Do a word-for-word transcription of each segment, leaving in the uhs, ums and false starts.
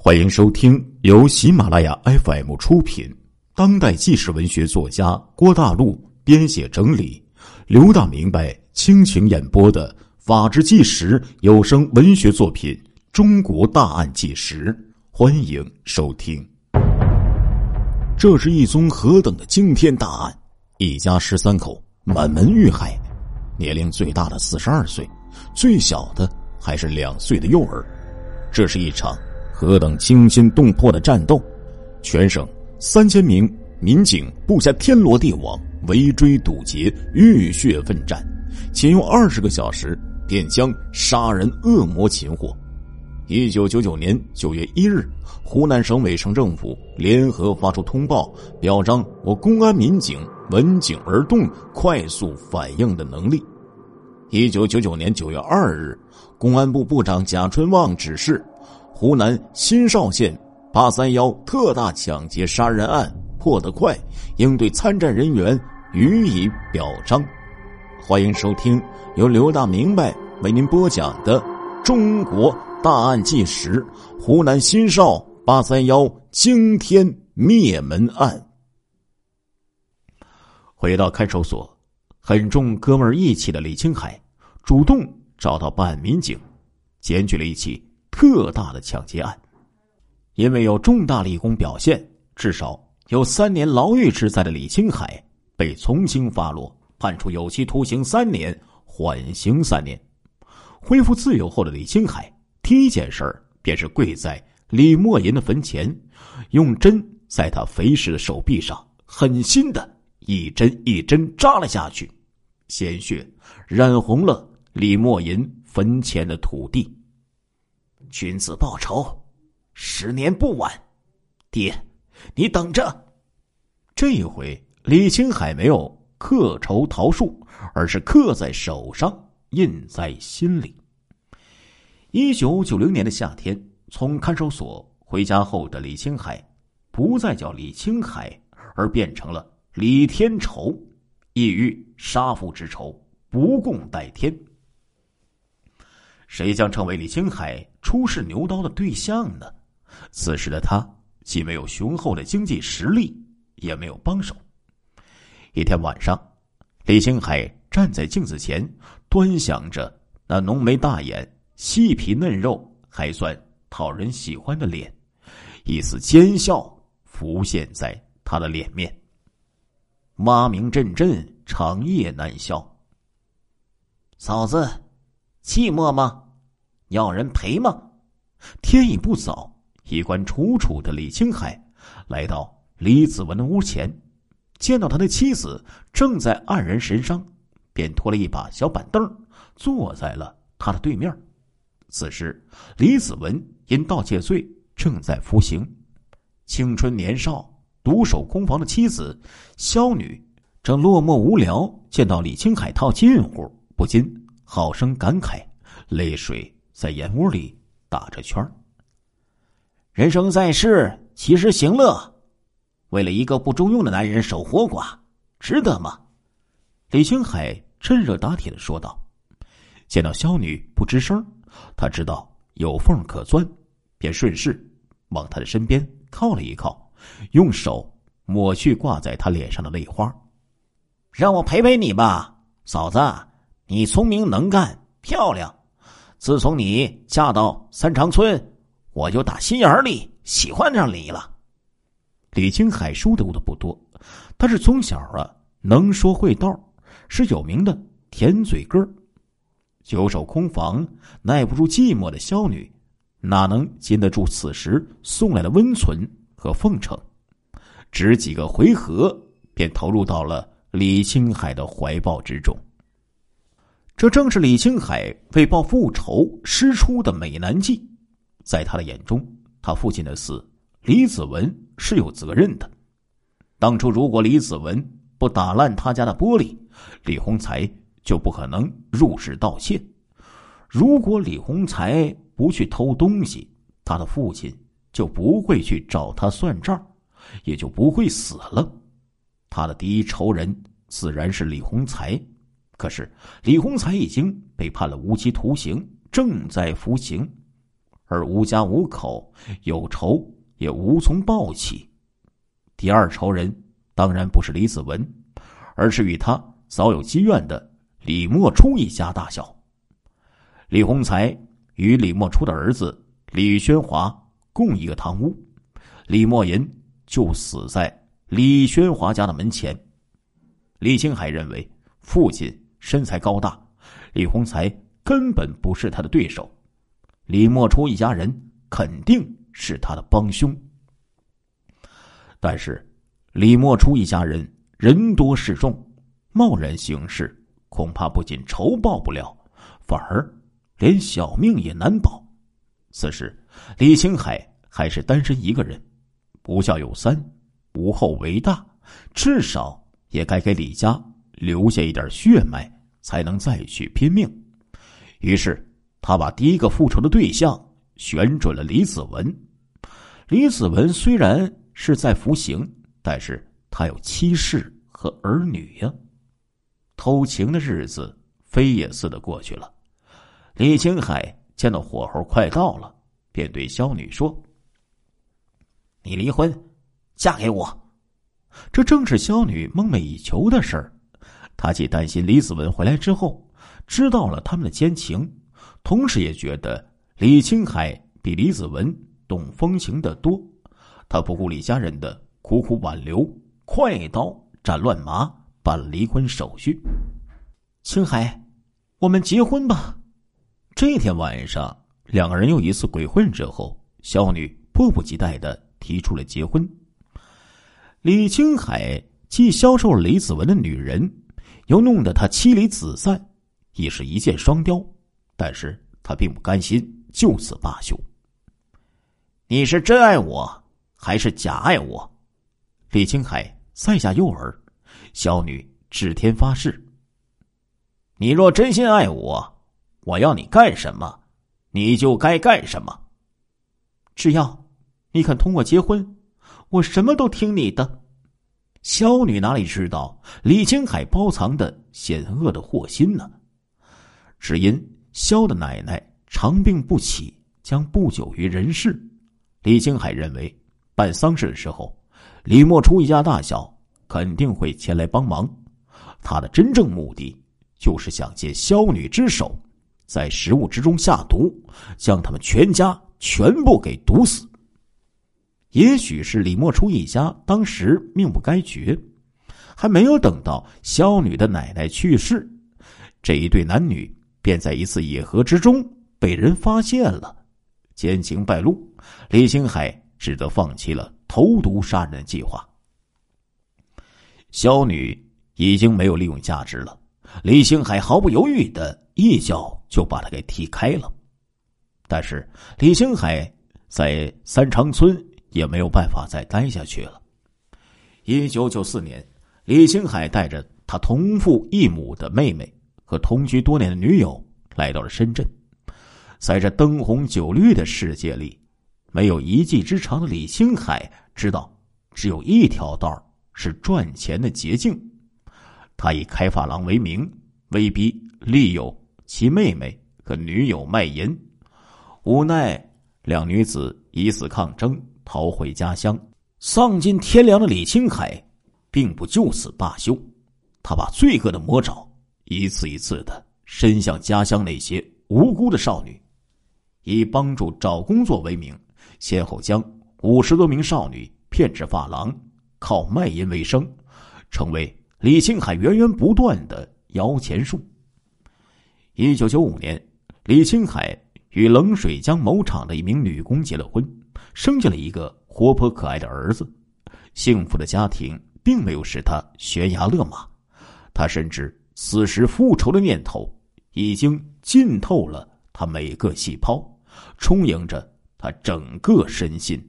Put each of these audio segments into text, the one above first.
欢迎收听由喜马拉雅 F M 出品，当代纪实文学作家郭大陆编写整理，刘大明白倾情演播的法治纪实有声文学作品《中国大案纪实》，欢迎收听。这是一宗何等的惊天大案！一家十三口满门遇害，年龄最大的四十二岁，最小的还是两岁的幼儿。这是一场何等惊心动魄的战斗！全省三千名民警布下天罗地网，围追堵截，浴血奋战，仅用二十个小时便将杀人恶魔擒获。一九九九年九月一日，湖南省委省政府联合发出通报，表彰我公安民警闻警而动、快速反应的能力。一九九九年九月二日，公安部部长贾春旺指示，湖南新邵县八三一特大抢劫杀人案破得快，应对参战人员予以表彰。欢迎收听由刘大明白为您播讲的中国大案纪实，湖南新邵八三一惊天灭门案。回到看守所，很重哥们义气的李青海主动找到办案民警，检举了一起特大的抢劫案。因为有重大立功表现，至少有三年牢狱之灾的李青海被从轻发落，判处有期徒刑三年，缓刑三年。恢复自由后的李青海第一件事便是跪在李默吟的坟前，用针在他肥实的手臂上狠心的一针一针扎了下去，鲜血染红了李默吟坟前的土地。君子报仇，十年不晚。爹，你等着。这一回李青海没有刻仇桃树，而是刻在手上，印在心里。一九九零年的夏天，从看守所回家后的李青海不再叫李青海，而变成了李天仇，意欲杀父之仇不共戴天。谁将成为李青海出仕牛刀的对象呢？此时的他既没有雄厚的经济实力，也没有帮手。一天晚上，李青海站在镜子前，端详着那浓眉大眼、细皮嫩肉，还算讨人喜欢的脸，一丝奸笑浮现在他的脸面。蛙鸣阵阵，长夜难消。嫂子，寂寞吗？要人陪吗？天已不早，衣冠楚楚的李青海来到李子文的屋前，见到他的妻子正在黯然神伤，便拖了一把小板凳坐在了他的对面。此时李子文因盗窃罪正在服刑，青春年少独守空房的妻子肖女正落寞无聊，见到李青海套近乎，不禁好生感慨，泪水在眼窝里打着圈。人生在世，其实行乐，为了一个不中用的男人守活寡，值得吗？李青海趁热打铁地说道。见到肖女不吱声，他知道有缝可钻，便顺势往他的身边靠了一靠，用手抹去挂在他脸上的泪花。让我陪陪你吧，嫂子，你聪明能干，漂亮。自从你嫁到三长村，我就打心眼里喜欢上你了。李青海书读的不多，但是从小啊能说会道，是有名的甜嘴哥。久守空房，耐不住寂寞的肖女哪能禁得住此时送来的温存和奉承，只几个回合便投入到了李青海的怀抱之中。这正是李青海为报复仇施出的美男计。在他的眼中，他父亲的死，李子文是有责任的。当初如果李子文不打烂他家的玻璃，李洪才就不可能入室盗窃。如果李洪才不去偷东西，他的父亲就不会去找他算账，也就不会死了。他的第一仇人自然是李洪才，可是李洪才已经被判了无期徒刑，正在服刑。 而无家无口，有仇也无从报起。第二仇人当然不是李子文，而是与他早有积怨的李莫初一家大小。李洪才与李莫初的儿子李宣华共一个堂屋，李莫银就死在李宣华家的门前。李青海认为父亲身材高大，李洪才根本不是他的对手，李莫初一家人肯定是他的帮凶。但是李莫初一家人人多势众，贸然行事，恐怕不仅仇报不了，反而连小命也难保。此时李青海还是单身一个人，不孝有三，无后为大，至少也该给李家留下一点血脉，才能再去拼命。于是他把第一个复仇的对象选准了李子文。李子文虽然是在服刑，但是他有妻室和儿女呀。偷情的日子飞也似的过去了。李青海见到火候快到了，便对萧女说：你离婚，嫁给我。这正是萧女梦寐以求的事儿。她既担心李子文回来之后知道了他们的奸情，同时也觉得李青海比李子文懂风情得多。她不顾李家人的苦苦挽留，快刀斩乱麻，办了离婚手续。青海，我们结婚吧。这天晚上，两个人又一次鬼混之后，萧女迫不及待地提出了结婚。李青海既销售了李子文的女人，又弄得他妻离子散，已是一箭双雕。但是他并不甘心就此罢休。你是真爱我，还是假爱我？李青海再下诱饵，萧女指天发誓：你若真心爱我，我要你干什么，你就该干什么。只要你肯同我结婚，我什么都听你的。萧女哪里知道李青海包藏的险恶的祸心呢？只因萧的奶奶长病不起，将不久于人世。李青海认为办丧事的时候，李莫初一家大小肯定会前来帮忙。他的真正目的就是想借萧女之手，在食物之中下毒，将他们全家全部给毒死。也许是李莫初一家当时命不该绝，还没有等到萧女的奶奶去世，这一对男女便在一次野合之中被人发现了。奸情败露，李青海只得放弃了投毒杀人的计划。萧女已经没有利用价值了，李青海毫不犹豫的一脚就把她给踢开了。但是李青海在三长村也没有办法再待下去了。一九九四年，李青海带着他同父异母的妹妹和同居多年的女友来到了深圳。在这灯红酒绿的世界里，没有一技之长的李青海知道只有一条道是赚钱的捷径。他以开发廊为名，威逼利诱其妹妹和女友卖淫。无奈两女子以死抗争，逃回家乡。丧尽天良的李青海并不就此罢休，他把罪恶的魔爪一次一次的伸向家乡那些无辜的少女，以帮助找工作为名，先后将五十多名少女骗至发廊，靠卖淫为生，成为李青海源源不断的摇钱树。一九九五年，李青海与冷水江某厂的一名女工结了婚，生下了一个活泼可爱的儿子。幸福的家庭并没有使他悬崖勒马，他深知此时复仇的念头已经浸透了他每个细胞，充盈着他整个身心。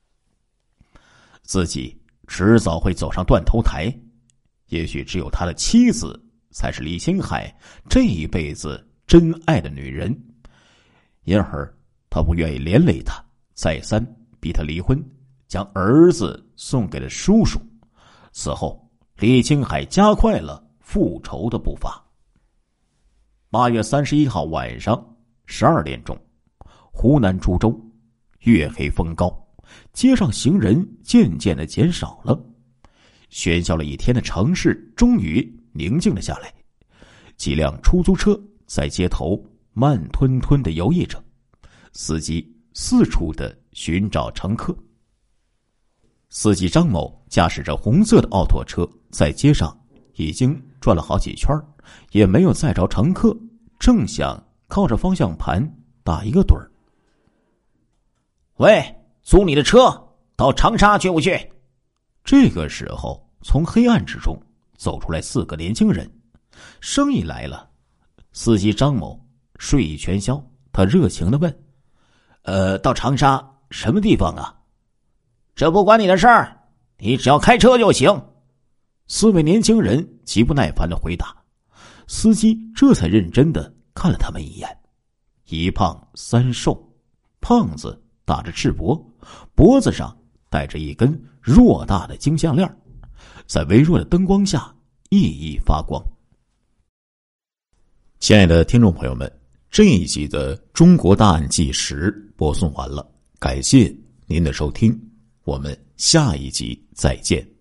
自己迟早会走上断头台，也许只有他的妻子才是李青海这一辈子真爱的女人，因而他不愿意连累他，再三逼他离婚，将儿子送给了叔叔。此后李青海加快了复仇的步伐。八月三十一号晚上十二点钟， 湖南株洲，月黑风高，街上行人渐渐的减少了，喧嚣了一天的城市终于宁静了下来。几辆出租车在街头慢吞吞的游弋着，司机四处的寻找乘客。司机张某驾驶着红色的奥拓车，在街上已经转了好几圈，也没有载着乘客，正想靠着方向盘打一个盹儿。 喂，租你的车，到长沙去不去？ 这个时候，从黑暗之中走出来四个年轻人，生意来了。司机张某睡意全消，他热情地问：呃，到长沙什么地方啊？ 这不关你的事儿，你只要开车就行。 四位年轻人极不耐烦地回答。司机这才认真地看了他们一眼，一胖三瘦，胖子打着赤膊，脖子上戴着一根偌大的金项链，在微弱的灯光下熠熠发光。亲爱的听众朋友们，这一集的《中国大案纪实》播送完了，感谢您的收听，我们下一集再见。